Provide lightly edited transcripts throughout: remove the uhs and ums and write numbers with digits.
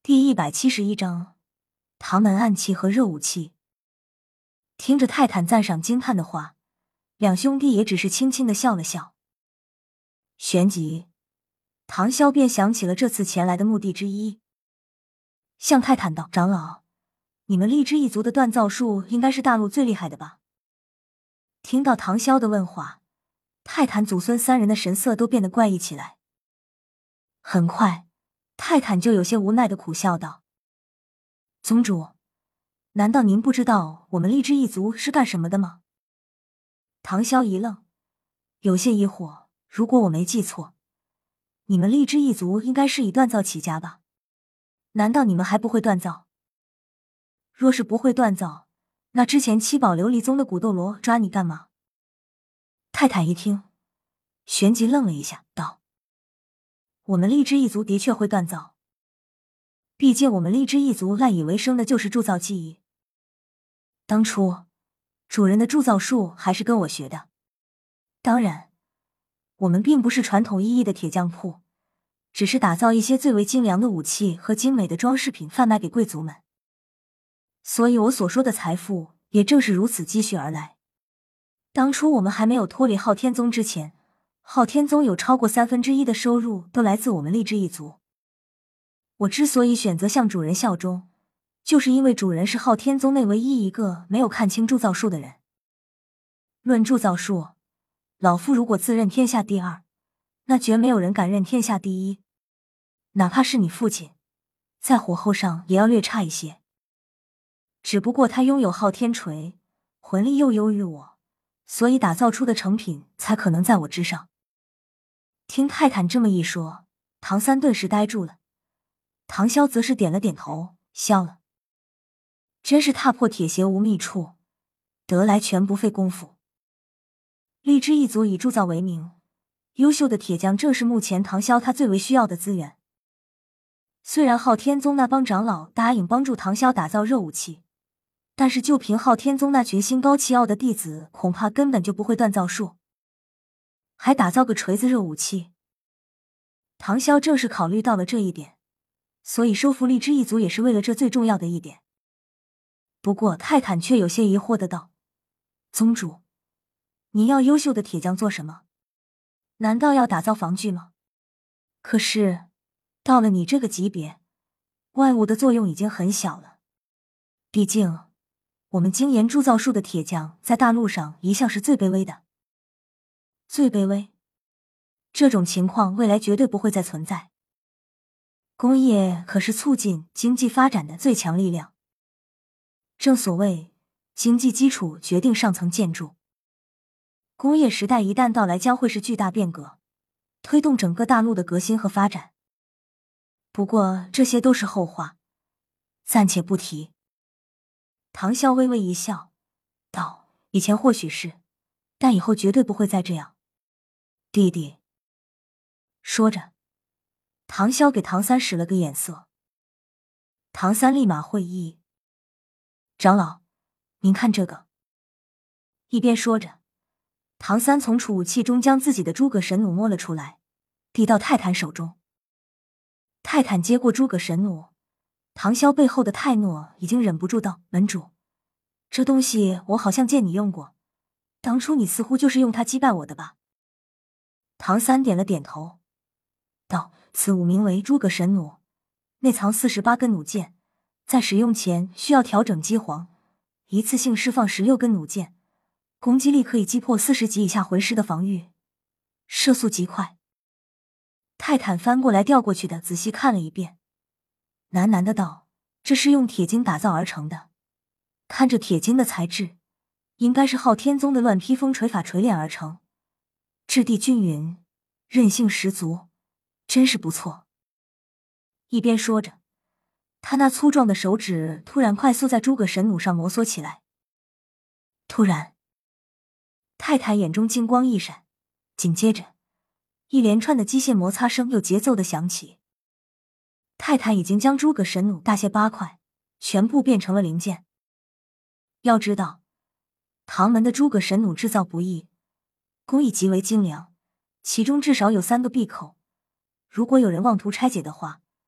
第171章唐门暗器和热武器。听着泰坦赞赏惊叹的话，两兄弟也只是轻轻地笑了笑。旋即，唐萧便想起了这次前来的目的之一，向泰坦道：“长老，你们荔枝一族的锻造术应该是大陆最厉害的吧？”听到唐萧的问话，泰坦祖孙三人的神色都变得怪异起来。很快，泰坦就有些无奈地苦笑道：“宗主，难道您不知道我们荔枝一族是干什么的吗？”唐萧一愣，有些疑惑，如果我没记错，你们荔枝一族应该是以锻造起家吧？难道你们还不会锻造？若是不会锻造，那之前七宝琉璃宗的古斗罗抓你干嘛？泰坦一听，旋即愣了一下，道：“我们荔枝一族的确会锻造，毕竟我们荔枝一族赖以为生的就是铸造技艺。当初主人的铸造术还是跟我学的。当然，我们并不是传统意义的铁匠铺，只是打造一些最为精良的武器和精美的装饰品贩卖给贵族们。所以我所说的财富也正是如此积蓄而来。当初我们还没有脱离昊天宗之前，昊天宗有超过1/3的收入都来自我们荔枝一族。我之所以选择向主人效忠，就是因为主人是昊天宗内唯一一个没有看清铸造术的人。论铸造术，老夫如果自认天下第二，那绝没有人敢认天下第一。哪怕是你父亲，在火候上也要略差一些。只不过他拥有昊天锤，魂力又优于我，所以打造出的成品才可能在我之上。”听泰坦这么一说，唐三顿时呆住了，唐萧则是点了点头，笑了。真是踏破铁鞋无觅处，得来全不费工夫。荔枝一族以铸造为名，优秀的铁匠正是目前唐萧他最为需要的资源。虽然昊天宗那帮长老答应帮助唐萧打造热武器，但是就凭昊天宗那群心高气傲的弟子，恐怕根本就不会锻造术，还打造个锤子热武器。唐萧正是考虑到了这一点，所以收服荔枝一族也是为了这最重要的一点。不过泰坦却有些疑惑的道：“宗主，您要优秀的铁匠做什么？难道要打造防具吗？可是到了你这个级别，外物的作用已经很小了。毕竟我们精研铸造术的铁匠在大陆上一向是最卑微的。”最卑微？这种情况未来绝对不会再存在。工业可是促进经济发展的最强力量。正所谓，经济基础决定上层建筑。工业时代一旦到来，将会是巨大变革，推动整个大陆的革新和发展。不过这些都是后话，暂且不提。唐萧微微一笑，道：“以前或许是，但以后绝对不会再这样。弟弟。”说着，唐萧给唐三使了个眼色。唐三立马会意：“长老，您看这个。”一边说着，唐三从储物器中将自己的诸葛神弩摸了出来，递到泰坦手中。泰坦接过诸葛神弩，唐萧背后的泰诺已经忍不住道：“门主，这东西我好像见你用过，当初你似乎就是用它击败我的吧？”唐三点了点头，道：“此物名为诸葛神弩，内藏48根弩箭，在使用前需要调整机皇，一次性释放16根弩箭，攻击力可以击破40级以下魂师的防御，射速极快。”泰坦翻过来调过去的仔细看了一遍，喃喃的道：“这是用铁晶打造而成的，看着铁晶的材质，应该是昊天宗的乱披风锤法锤炼而成，质地均匀，韧性十足，真是不错。”一边说着，他那粗壮的手指突然快速在诸葛神弩上摩挲起来。突然，泰坦眼中金光一闪，紧接着一连串的机械摩擦声有节奏的响起。泰坦已经将诸葛神弩大卸8块，全部变成了零件。要知道，唐门的诸葛神弩制造不易，工艺极为精良，其中至少有3个闭口，如果有人妄图拆解的话，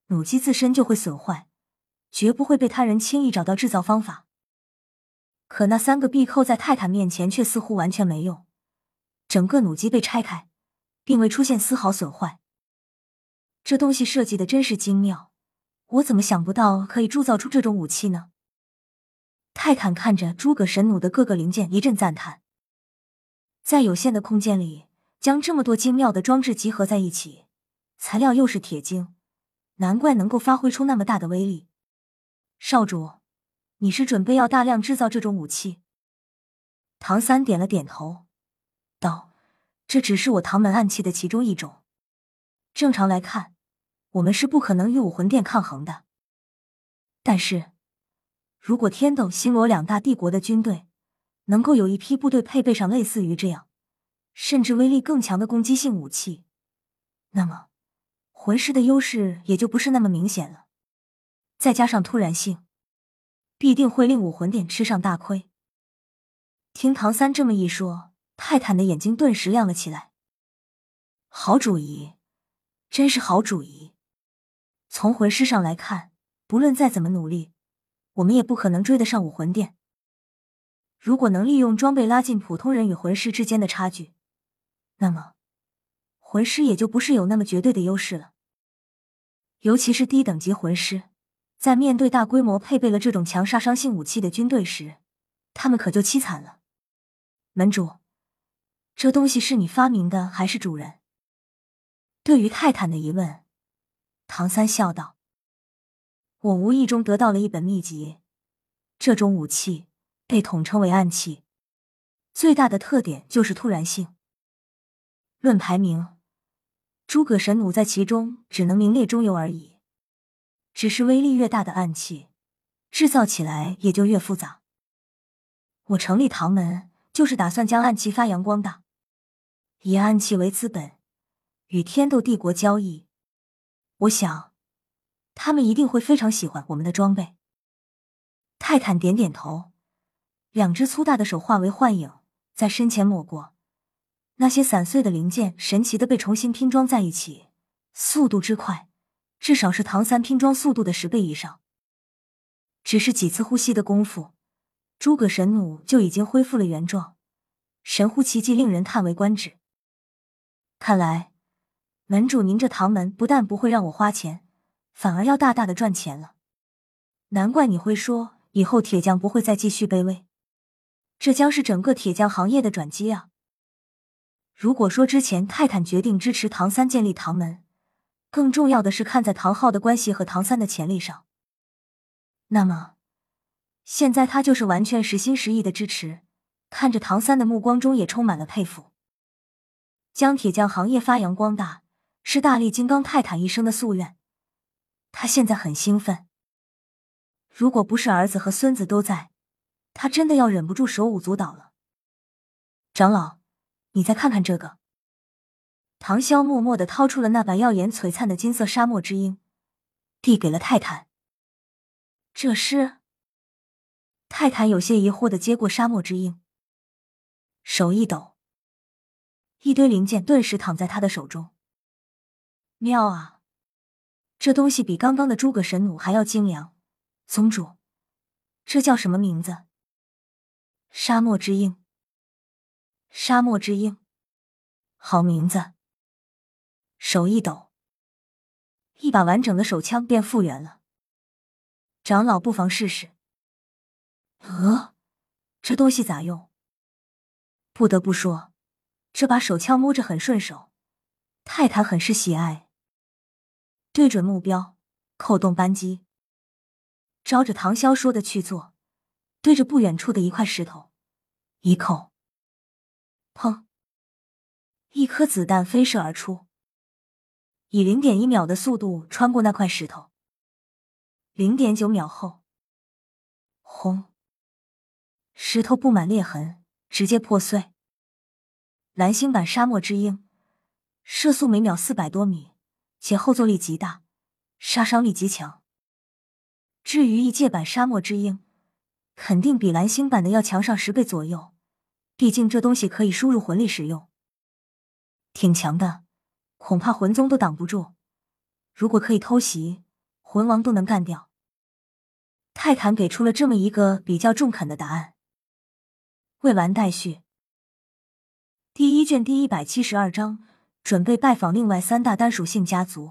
弩机自身就会损坏，绝不会被他人轻易找到制造方法。可那3个壁扣在泰坦面前却似乎完全没用，整个弩机被拆开，并未出现丝毫损坏。这东西设计的真是精妙，我怎么想不到可以铸造出这种武器呢？泰坦看着诸葛神弩的各个零件一阵赞叹。在有限的空间里，将这么多精妙的装置集合在一起，材料又是铁精，难怪能够发挥出那么大的威力。少主，你是准备要大量制造这种武器？唐三点了点头，道：这只是我唐门暗器的其中一种。正常来看，我们是不可能与武魂殿抗衡的。但是，如果天斗、星罗2大帝国的军队能够有一批部队配备上类似于这样，甚至威力更强的攻击性武器，那么魂师的优势也就不是那么明显了。再加上突然性，必定会令武魂殿吃上大亏。听唐三这么一说，泰坦的眼睛顿时亮了起来。好主意，真是好主意。从魂师上来看，不论再怎么努力，我们也不可能追得上武魂殿。如果能利用装备拉近普通人与魂师之间的差距，那么魂师也就不是有那么绝对的优势了。尤其是低等级魂师，在面对大规模配备了这种强杀伤性武器的军队时，他们可就凄惨了。门主，这东西是你发明的还是主人？对于泰坦的疑问，唐三笑道：我无意中得到了一本秘籍，这种武器被统称为暗器，最大的特点就是突然性。论排名，诸葛神弩在其中只能名列中游而已。只是威力越大的暗器，制造起来也就越复杂。我成立唐门，就是打算将暗器发扬光大，以暗器为资本，与天斗帝国交易。我想，他们一定会非常喜欢我们的装备。泰坦点点头，2只粗大的手化为幻影，在身前抹过。那些散碎的零件神奇的被重新拼装在一起，速度之快，至少是唐三拼装速度的10倍以上。只是几次呼吸的功夫，诸葛神弩就已经恢复了原状，神乎其技，令人叹为观止。看来，门主您这唐门不但不会让我花钱，反而要大大的赚钱了。难怪你会说以后铁匠不会再继续卑微，这将是整个铁匠行业的转机啊。如果说之前泰坦决定支持唐三建立唐门，更重要的是看在唐昊的关系和唐三的潜力上，那么现在他就是完全实心实意的支持，看着唐三的目光中也充满了佩服。将铁匠行业发扬光大，是大力金刚泰坦一生的夙愿，他现在很兴奋。如果不是儿子和孙子都在，他真的要忍不住手舞足蹈了。长老，你再看看这个。唐潇默默地掏出了那把耀眼璀璨的金色沙漠之鹰，递给了泰坦。这是？泰坦有些疑惑地接过沙漠之鹰，手一抖，一堆零件顿时躺在他的手中。妙啊！这东西比刚刚的诸葛神弩还要精良。宗主，这叫什么名字？沙漠之鹰。沙漠之鹰，好名字。手一抖，一把完整的手枪便复原了。长老不妨试试。这东西咋用？不得不说，这把手枪摸着很顺手，泰坦很是喜爱。对准目标，扣动扳机，照着唐潇说的去做，对着不远处的一块石头一扣，砰，一颗子弹飞射而出，以 0.1 秒的速度穿过那块石头。0.9秒后，轰，石头布满裂痕，直接破碎。蓝星版沙漠之鹰，射速每秒400多米，且后坐力极大，杀伤力极强。至于异界版沙漠之鹰，肯定比蓝星版的要强上10倍左右，毕竟这东西可以输入魂力使用。挺强的，恐怕魂宗都挡不住。如果可以偷袭， 魂王都能干掉。泰坦给出了这么一个比较中肯的答案。未完待续。第1卷第172章，准备拜访另外3大单属性家族。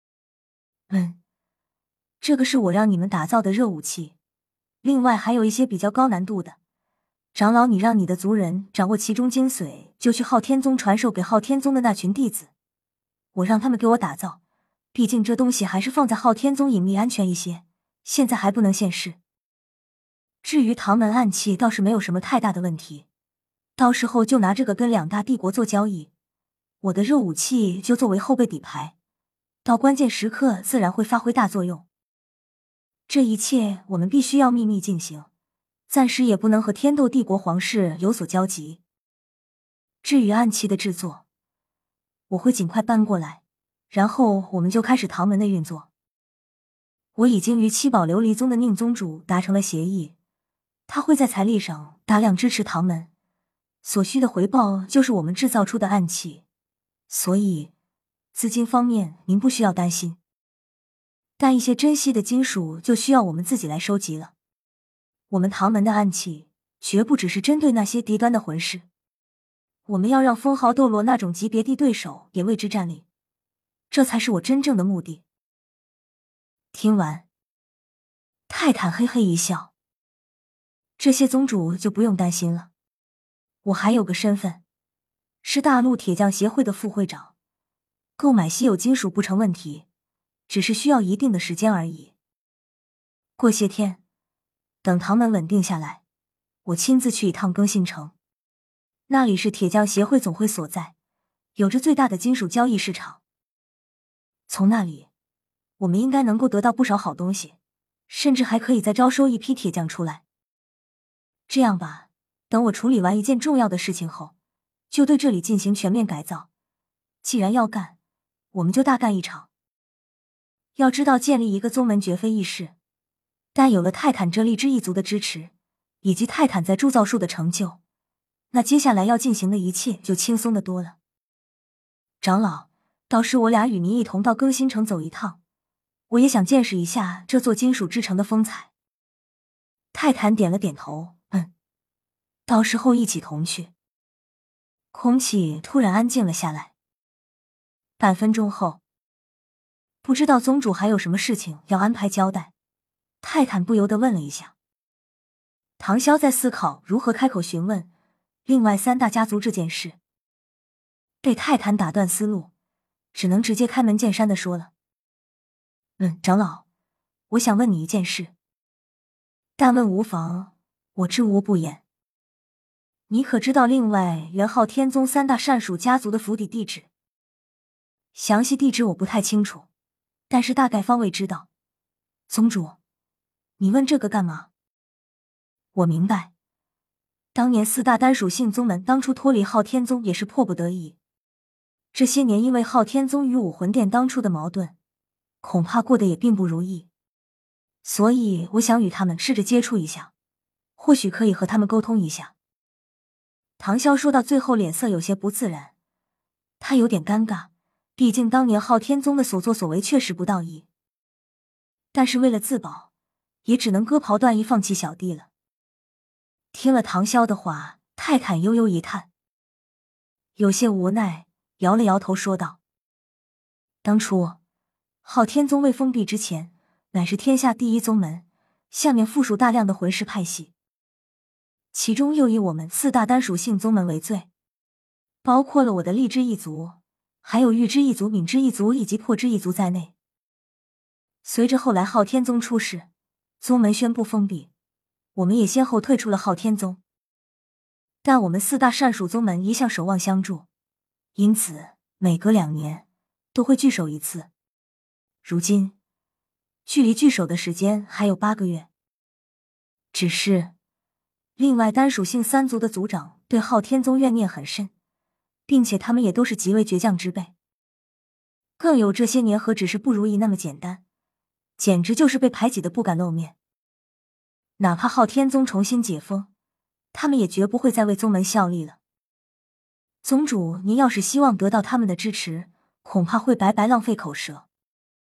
这个是我让你们打造的热武器，另外还有一些比较高难度的。长老，你让你的族人掌握其中精髓，就去昊天宗传授给昊天宗的那群弟子，我让他们给我打造，毕竟这东西还是放在昊天宗隐秘安全一些，现在还不能现世。至于唐门暗器倒是没有什么太大的问题，到时候就拿这个跟2大帝国做交易，我的热武器就作为后备底牌，到关键时刻自然会发挥大作用。这一切我们必须要秘密进行，暂时也不能和天斗帝国皇室有所交集。至于暗器的制作，我会尽快搬过来，然后我们就开始唐门的运作。我已经与七宝琉璃宗的宁宗主达成了协议，他会在财力上大量支持唐门，所需的回报就是我们制造出的暗器，所以资金方面您不需要担心。但一些珍稀的金属就需要我们自己来收集了。我们唐门的暗器绝不只是针对那些低端的魂师，我们要让封号斗罗那种级别的对手也为之战栗，这才是我真正的目的。听完，泰坦嘿嘿一笑，这些宗主就不用担心了，我还有个身份，是大陆铁匠协会的副会长，购买稀有金属不成问题，只是需要一定的时间而已。过些天，等唐门稳定下来，我亲自去一趟更新城，那里是铁匠协会总会所在，有着最大的金属交易市场。从那里，我们应该能够得到不少好东西，甚至还可以再招收一批铁匠出来。这样吧，等我处理完一件重要的事情后，就对这里进行全面改造。既然要干，我们就大干一场。要知道，建立一个宗门绝非易事，但有了泰坦这荔枝一族的支持，以及泰坦在铸造术的成就，那接下来要进行的一切就轻松得多了。长老，到时我俩与您一同到更新城走一趟，我也想见识一下这座金属之城的风采。泰坦点了点头，到时候一起同去。空气突然安静了下来。半分钟后，不知道宗主还有什么事情要安排交代，泰坦不由得问了一下。唐潇在思考如何开口询问另外3大家族这件事，被泰坦打断思路，只能直接开门见山地说了。长老，我想问你一件事。但问无妨，我知无不言。你可知道另外元昊天宗3大善属家族的府邸地址？详细地址我不太清楚，但是大概方位知道。宗主，你问这个干嘛？我明白，当年4大单属性宗门当初脱离昊天宗也是迫不得已。这些年因为昊天宗与武魂殿当初的矛盾，恐怕过得也并不如意。所以我想与他们试着接触一下，或许可以和他们沟通一下。唐潇说到最后脸色有些不自然，他有点尴尬，毕竟当年昊天宗的所作所为确实不道义。但是为了自保，也只能割袍断义放弃小弟了。听了唐潇的话，泰坦悠悠一叹，有些无奈，摇了摇头说道：当初昊天宗未封闭之前，乃是天下第一宗门，下面附属大量的魂师派系，其中又以我们4大单属性宗门为最，包括了我的荔枝一族，还有玉之一族、敏之一族以及破之一族在内。随着后来昊天宗出世，宗门宣布封闭，我们也先后退出了昊天宗。但我们4大善属宗门一向守望相助，因此每隔2年都会聚首一次。如今距离聚首的时间还有8个月。只是另外单属性3族的族长对昊天宗怨念很深，并且他们也都是极为倔强之辈。更有这些年何止是不如意那么简单，简直就是被排挤的不敢露面。哪怕昊天宗重新解封，他们也绝不会再为宗门效力了。宗主，您要是希望得到他们的支持，恐怕会白白浪费口舌。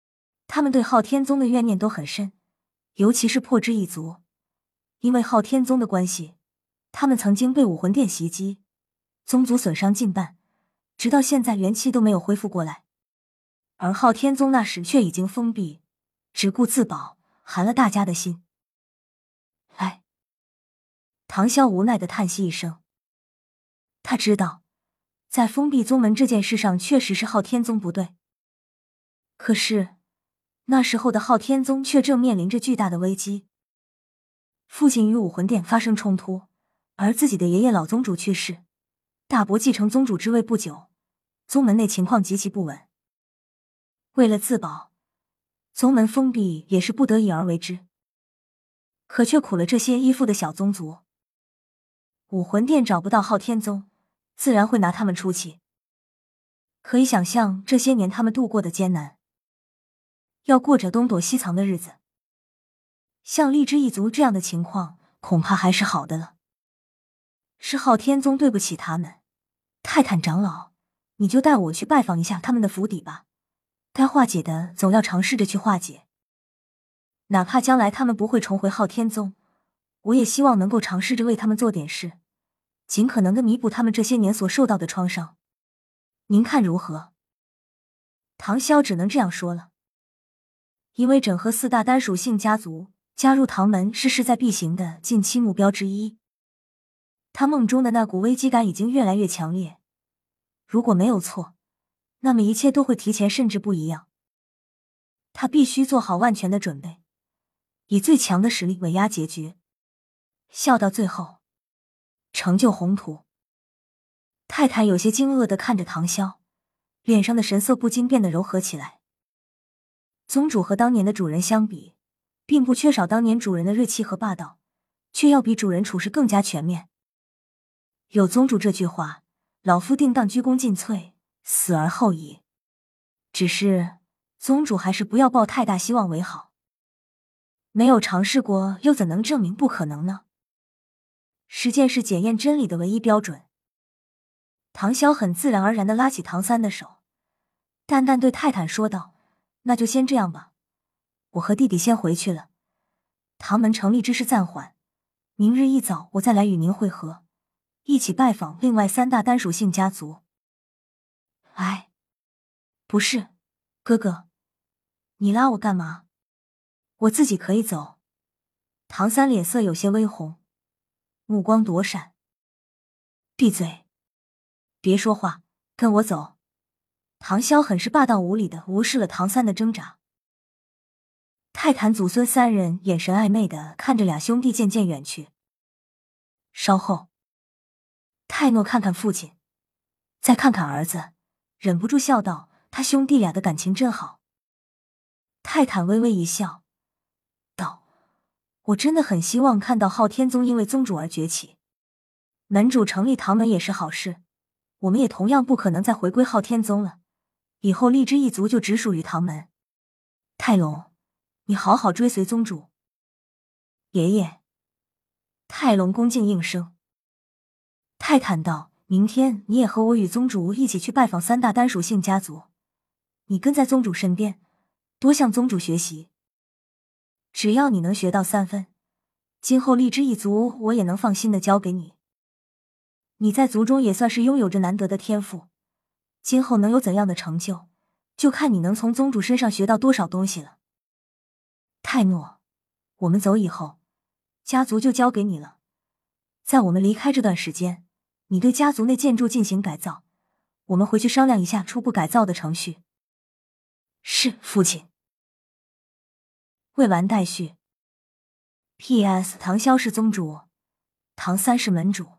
他们对昊天宗的怨念都很深，尤其是破之一族，因为昊天宗的关系，他们曾经被武魂殿袭击，宗族损伤近半，直到现在元气都没有恢复过来。而昊天宗那时却已经封闭，只顾自保，寒了大家的心。唉，唐潇无奈地叹息一声。他知道，在封闭宗门这件事上确实是昊天宗不对，可是那时候的昊天宗却正面临着巨大的危机。父亲与武魂殿发生冲突，而自己的爷爷老宗主去世，大伯继承宗主之位不久，宗门内情况极其不稳。为了自保，宗门封闭也是不得已而为之，可却苦了这些依附的小宗族。武魂殿找不到昊天宗，自然会拿他们出气。可以想象这些年他们度过的艰难，要过着东躲西藏的日子。像荔枝一族这样的情况，恐怕还是好的了。是昊天宗对不起他们，泰坦长老，你就带我去拜访一下他们的府邸吧。该化解的总要尝试着去化解，哪怕将来他们不会重回昊天宗，我也希望能够尝试着为他们做点事，尽可能的弥补他们这些年所受到的创伤。您看如何？唐潇只能这样说了，因为整合4大单属性家族，加入唐门是势在必行的近期目标之一。他梦中的那股危机感已经越来越强烈，如果没有错，那么一切都会提前甚至不一样。他必须做好万全的准备，以最强的实力稳压结局，笑到最后，成就宏图。泰坦有些惊愕地看着唐潇，脸上的神色不禁变得柔和起来。宗主和当年的主人相比，并不缺少当年主人的锐气和霸道，却要比主人处事更加全面。有宗主这句话，老夫定当鞠躬尽瘁，死而后已。只是宗主还是不要抱太大希望为好。没有尝试过，又怎能证明不可能呢？实践是检验真理的唯一标准。唐潇很自然而然地拉起唐三的手，淡淡对泰坦说道：“那就先这样吧，我和弟弟先回去了。唐门成立之事暂缓，明日一早我再来与您会合，一起拜访另外3大单属性家族。”哎，不是，哥哥，你拉我干嘛？我自己可以走。唐三脸色有些微红，目光躲闪。闭嘴，别说话，跟我走。唐潇很是霸道无理的无视了唐三的挣扎。泰坦祖孙3人眼神暧昧的看着俩兄弟渐渐远去。稍后，泰诺看看父亲，再看看儿子，忍不住笑道：“他兄弟俩的感情真好。”泰坦微微一笑，道：“我真的很希望看到昊天宗因为宗主而崛起，门主成立唐门也是好事，我们也同样不可能再回归昊天宗了，以后荔枝一族就只属于唐门。泰龙，你好好追随宗主。”爷爷。泰龙恭敬应声。泰坦道：“明天你也和我与宗主一起去拜访3大单属性家族，你跟在宗主身边，多向宗主学习。只要你能学到3分，今后荔枝一族我也能放心的交给你。你在族中也算是拥有着难得的天赋，今后能有怎样的成就，就看你能从宗主身上学到多少东西了。泰诺，我们走以后，家族就交给你了。在我们离开这段时间，你对家族内建筑进行改造，我们回去商量一下初步改造的程序。”是，父亲。未完待续。PS 唐潇是宗主，唐三是门主。